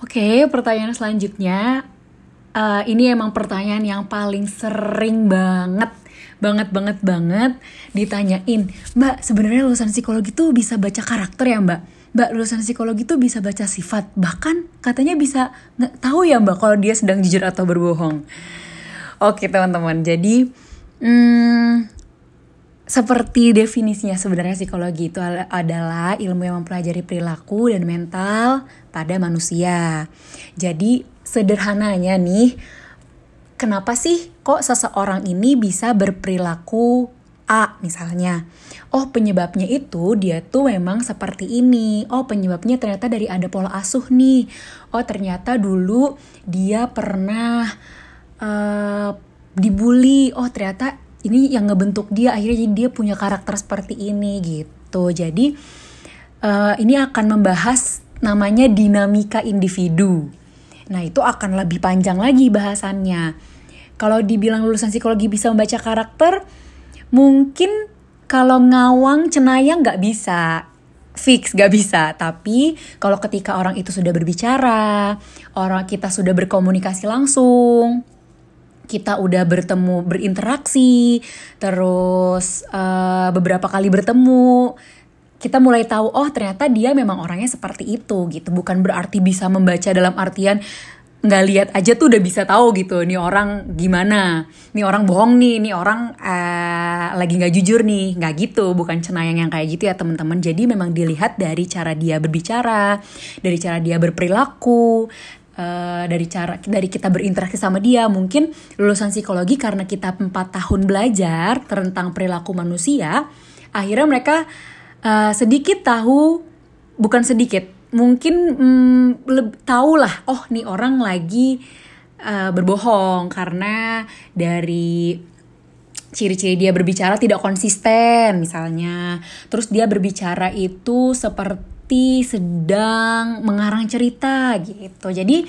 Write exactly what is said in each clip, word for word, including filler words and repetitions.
Oke, pertanyaan selanjutnya. Eh, ini emang pertanyaan yang paling sering banget, banget, banget, banget ditanyain. Mbak, sebenarnya lulusan psikologi tuh bisa baca karakter ya Mbak? Mbak, lulusan psikologi tuh bisa baca sifat. Bahkan katanya bisa nggak tahu ya Mbak kalau dia sedang jujur atau berbohong. Oke teman-teman, jadi hmm, seperti definisinya sebenarnya psikologi itu adalah ilmu yang mempelajari perilaku dan mental pada manusia. Jadi sederhananya nih, kenapa sih kok seseorang ini bisa berperilaku A misalnya? Oh penyebabnya itu dia tuh memang seperti ini. Oh penyebabnya ternyata dari ada pola asuh nih. Oh ternyata dulu dia pernah uh, dibully. Oh ternyata ini yang ngebentuk dia, akhirnya jadi dia punya karakter seperti ini gitu. Jadi uh, ini akan membahas namanya dinamika individu. Nah itu akan lebih panjang lagi bahasannya. Kalau dibilang lulusan psikologi bisa membaca karakter, mungkin kalau ngawang cenayang gak bisa, fix gak bisa. Tapi kalau ketika orang itu sudah berbicara, orang kita sudah berkomunikasi langsung, kita udah bertemu, berinteraksi, terus uh, beberapa kali bertemu, kita mulai tahu, oh ternyata dia memang orangnya seperti itu gitu. Bukan berarti bisa membaca dalam artian nggak lihat aja tuh udah bisa tahu gitu, nih orang gimana, nih orang bohong nih, nih orang uh, lagi nggak jujur nih, nggak gitu, bukan cenayang yang kayak gitu ya teman-teman. Jadi memang dilihat dari cara dia berbicara, dari cara dia berperilaku. Uh, dari cara dari kita berinteraksi sama dia. Mungkin lulusan psikologi karena kita empat tahun belajar tentang perilaku manusia, akhirnya mereka uh, sedikit tahu, bukan sedikit, mungkin um, lebih tahu lah, oh nih orang lagi uh, berbohong karena dari ciri-ciri dia berbicara tidak konsisten misalnya. Terus dia berbicara itu seperti sedang mengarang cerita gitu. Jadi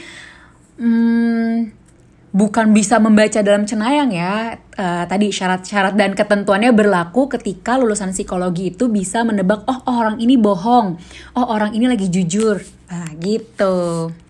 hmm, bukan bisa membaca dalam cenayang ya. Uh, tadi syarat-syarat dan ketentuannya berlaku ketika lulusan psikologi itu bisa menebak, oh, oh orang ini bohong, oh orang ini lagi jujur. Nah gitu.